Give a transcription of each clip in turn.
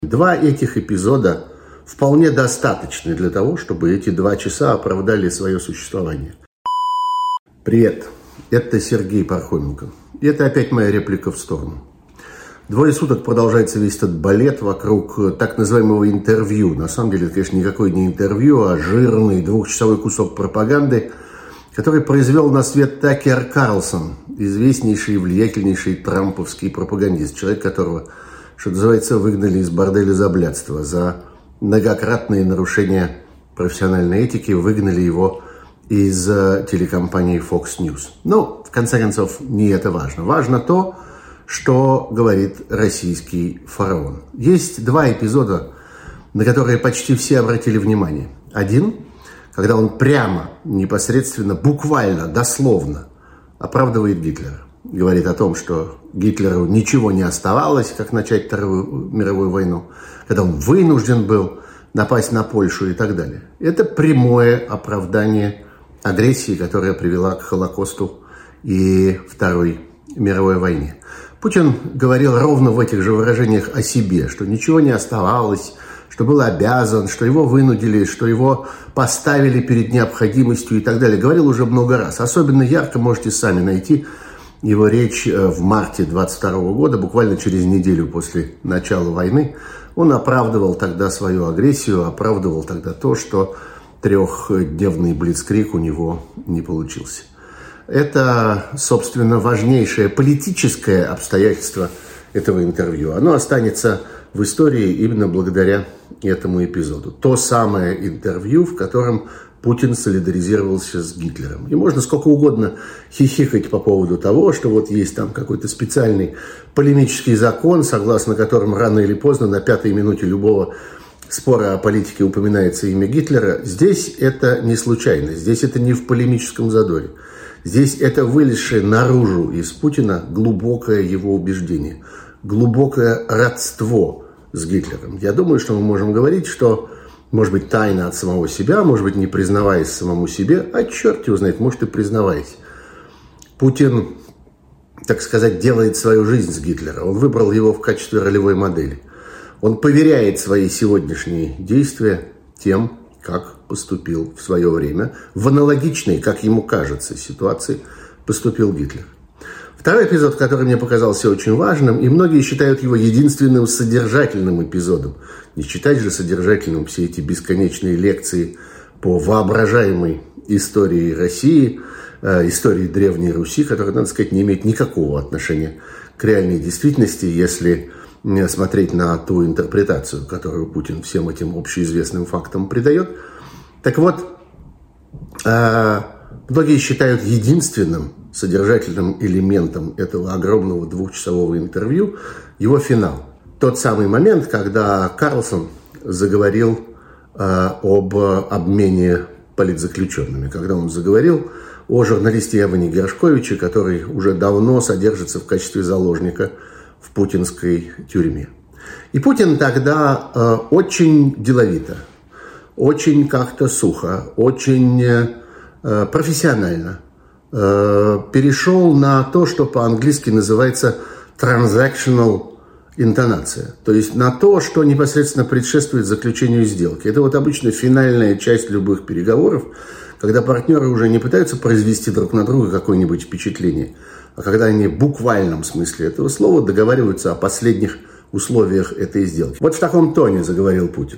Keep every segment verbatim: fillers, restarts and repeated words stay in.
Два этих эпизода вполне достаточны для того, чтобы эти два часа оправдали свое существование. Привет, это Сергей Пархоменко. И это опять моя реплика в сторону. Двое суток продолжается весь этот балет вокруг так называемого интервью. На самом деле, это, конечно, никакое не интервью, а жирный двухчасовой кусок пропаганды, который произвел на свет Такер Карлсон, известнейший и влиятельнейший трамповский пропагандист, человек, которого, что называется, выгнали из борделя за блядство, за многократные нарушения профессиональной этики, выгнали его из телекомпании Fox News. Но, в конце концов, не это важно. Важно то, что говорит российский фараон. Есть два эпизода, на которые почти все обратили внимание. Один, когда он прямо, непосредственно, буквально, дословно оправдывает Гитлера. Говорит о том, что Гитлеру ничего не оставалось, как начать Вторую мировую войну, когда он вынужден был напасть на Польшу и так далее. Это прямое оправдание агрессии, которая привела к Холокосту и Второй мировой войне. Путин говорил ровно в этих же выражениях о себе, что ничего не оставалось, что был обязан, что его вынудили, что его поставили перед необходимостью и так далее. Говорил уже много раз. Особенно ярко можете сами найти его речь в марте двадцать второго года, буквально через неделю после начала войны. Он оправдывал тогда свою агрессию, оправдывал тогда то, что трехдневный блицкриг у него не получился. Это, собственно, важнейшее политическое обстоятельство этого интервью. Оно останется в истории именно благодаря этому эпизоду. То самое интервью, в котором Путин солидаризировался с Гитлером. И можно сколько угодно хихикать по поводу того, что вот есть там какой-то специальный полемический закон, согласно которому рано или поздно на пятой минуте любого спора о политике упоминается имя Гитлера. Здесь это не случайно, здесь это не в полемическом задоре. Здесь это вылезшее наружу из Путина глубокое его убеждение, глубокое родство с Гитлером. Я думаю, что мы можем говорить, что, может быть, тайно от самого себя, может быть, не признаваясь самому себе, а черт его знает, может, и признаваясь. Путин, так сказать, делает свою жизнь с Гитлером. Он выбрал его в качестве ролевой модели. Он поверяет свои сегодняшние действия тем, как поступил в свое время, в аналогичной, как ему кажется, ситуации поступил Гитлер. Второй эпизод, который мне показался очень важным, и многие считают его единственным содержательным эпизодом. Не считать же содержательным все эти бесконечные лекции по воображаемой истории России, э, истории Древней Руси, которая, надо сказать, не имеет никакого отношения к реальной действительности, если смотреть на ту интерпретацию, которую Путин всем этим общеизвестным фактам придает. Так вот, э, многие считают единственным содержательным элементом этого огромного двухчасового интервью его финал. Тот самый момент, когда Карлсон заговорил э, об обмене политзаключенными, когда он заговорил о журналисте Яване Гершковиче, который уже давно содержится в качестве заложника в путинской тюрьме. И Путин тогда э, очень деловито, очень как-то сухо, очень э, профессионально э, перешел на то, что по-английски называется transactional интонация. То есть на то, что непосредственно предшествует заключению сделки. Это вот обычно финальная часть любых переговоров, когда партнеры уже не пытаются произвести друг на друга какое-нибудь впечатление, а когда они в буквальном смысле этого слова договариваются о последних условиях этой сделки. Вот в таком тоне заговорил Путин.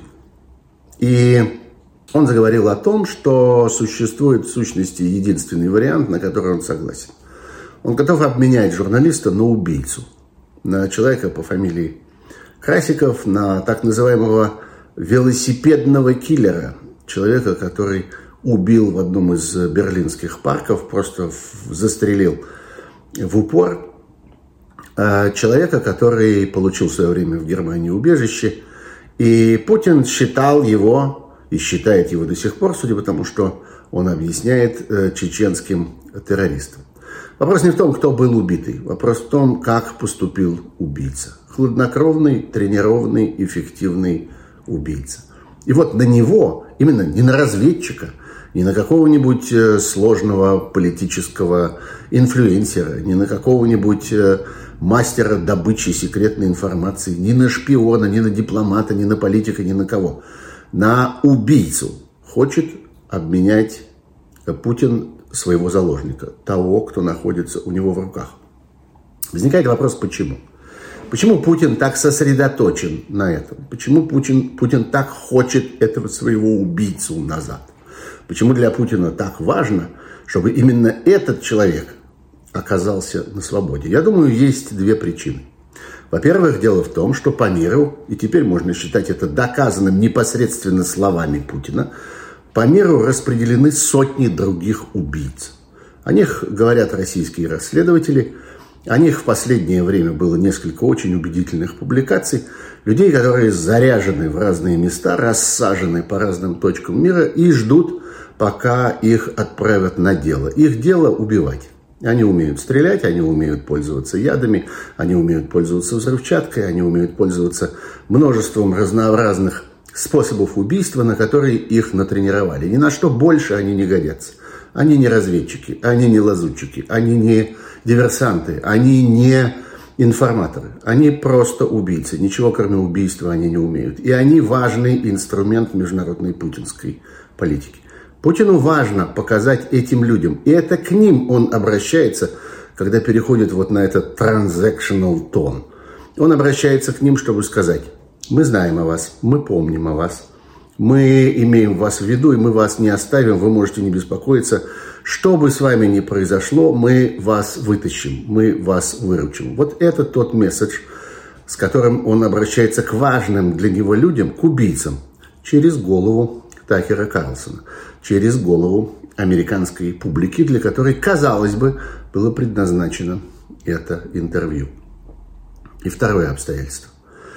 И он заговорил о том, что существует в сущности единственный вариант, на который он согласен. Он готов обменять журналиста на убийцу, на человека по фамилии Красиков, на так называемого велосипедного киллера, человека, который убил в одном из берлинских парков, просто застрелил в упор человека, который получил в свое время в Германии убежище. И Путин считал его, и считает его до сих пор, судя по тому, что он объясняет чеченским террористам. Вопрос не в том, кто был убитый. Вопрос в том, как поступил убийца. Хладнокровный, тренированный, эффективный убийца. И вот на него, именно не на разведчика, не на какого-нибудь сложного политического инфлюенсера, не на какого-нибудь мастера добычи секретной информации, ни на шпиона, ни на дипломата, ни на политика, ни на кого. На убийцу хочет обменять Путин своего заложника, того, кто находится у него в руках. Возникает вопрос, почему? Почему Путин так сосредоточен на этом? Почему Путин, Путин так хочет этого своего убийцу назад? Почему для Путина так важно, чтобы именно этот человек оказался на свободе? Я думаю, есть две причины. Во-первых, дело в том, что по миру, и теперь можно считать это доказанным непосредственно словами Путина, по миру распределены сотни других убийц. О них говорят российские расследователи. О них в последнее время было несколько очень убедительных публикаций. Людей, которые заряжены в разные места, рассажены по разным точкам мира и ждут, пока их отправят на дело. Их дело убивать. Они умеют стрелять, они умеют пользоваться ядами, они умеют пользоваться взрывчаткой, они умеют пользоваться множеством разнообразных способов убийства, на которые их натренировали. Ни на что больше они не годятся. Они не разведчики, они не лазутчики, они не диверсанты, они не информаторы. Они просто убийцы. Ничего кроме убийства они не умеют. И они важный инструмент международной путинской политики. Путину важно показать этим людям. И это к ним он обращается, когда переходит вот на этот transactional тон. Он обращается к ним, чтобы сказать: мы знаем о вас, мы помним о вас. Мы имеем вас в виду, и мы вас не оставим, вы можете не беспокоиться. Что бы с вами ни произошло, мы вас вытащим, мы вас выручим. Вот это тот месседж, с которым он обращается к важным для него людям, к убийцам, через голову Такера Карлсона, через голову американской публики, для которой, казалось бы, было предназначено это интервью. И второе обстоятельство.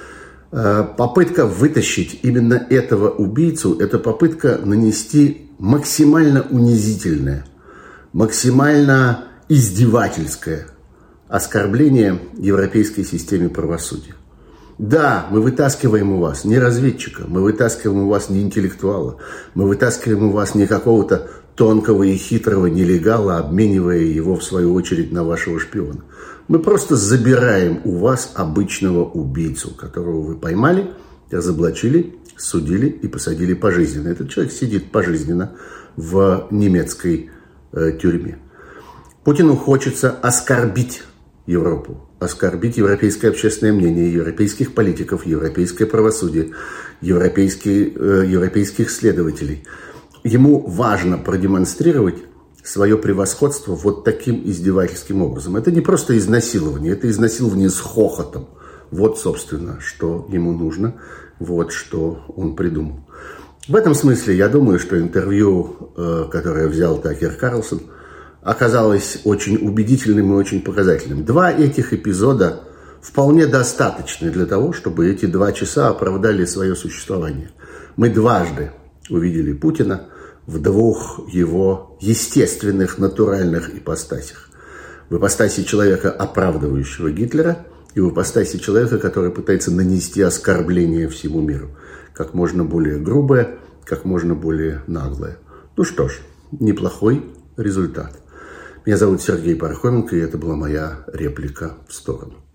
Попытка вытащить именно этого убийцу – это попытка нанести максимально унизительное, максимально издевательское оскорбление европейской системе правосудия. Да, мы вытаскиваем у вас не разведчика, мы вытаскиваем у вас не интеллектуала, мы вытаскиваем у вас не какого-то тонкого и хитрого нелегала, обменивая его, в свою очередь, на вашего шпиона. Мы просто забираем у вас обычного убийцу, которого вы поймали, разоблачили, судили и посадили пожизненно. Этот человек сидит пожизненно в немецкой э, тюрьме. Путину хочется оскорбить Европу, оскорбить европейское общественное мнение, европейских политиков, европейское правосудие, европейские, э, европейских следователей. Ему важно продемонстрировать свое превосходство вот таким издевательским образом. Это не просто изнасилование, это изнасилование с хохотом. Вот, собственно, что ему нужно, вот что он придумал. В этом смысле я думаю, что интервью, которое взял Такер Карлсон, оказалось очень убедительным и очень показательным. Два этих эпизода вполне достаточны для того, чтобы эти два часа оправдали свое существование. Мы дважды увидели Путина в двух его естественных, натуральных ипостасях. В ипостаси человека, оправдывающего Гитлера, и в ипостаси человека, который пытается нанести оскорбление всему миру. Как можно более грубое, как можно более наглое. Ну что ж, неплохой результат. Меня зовут Сергей Пархоменко, и это была моя реплика в сторону.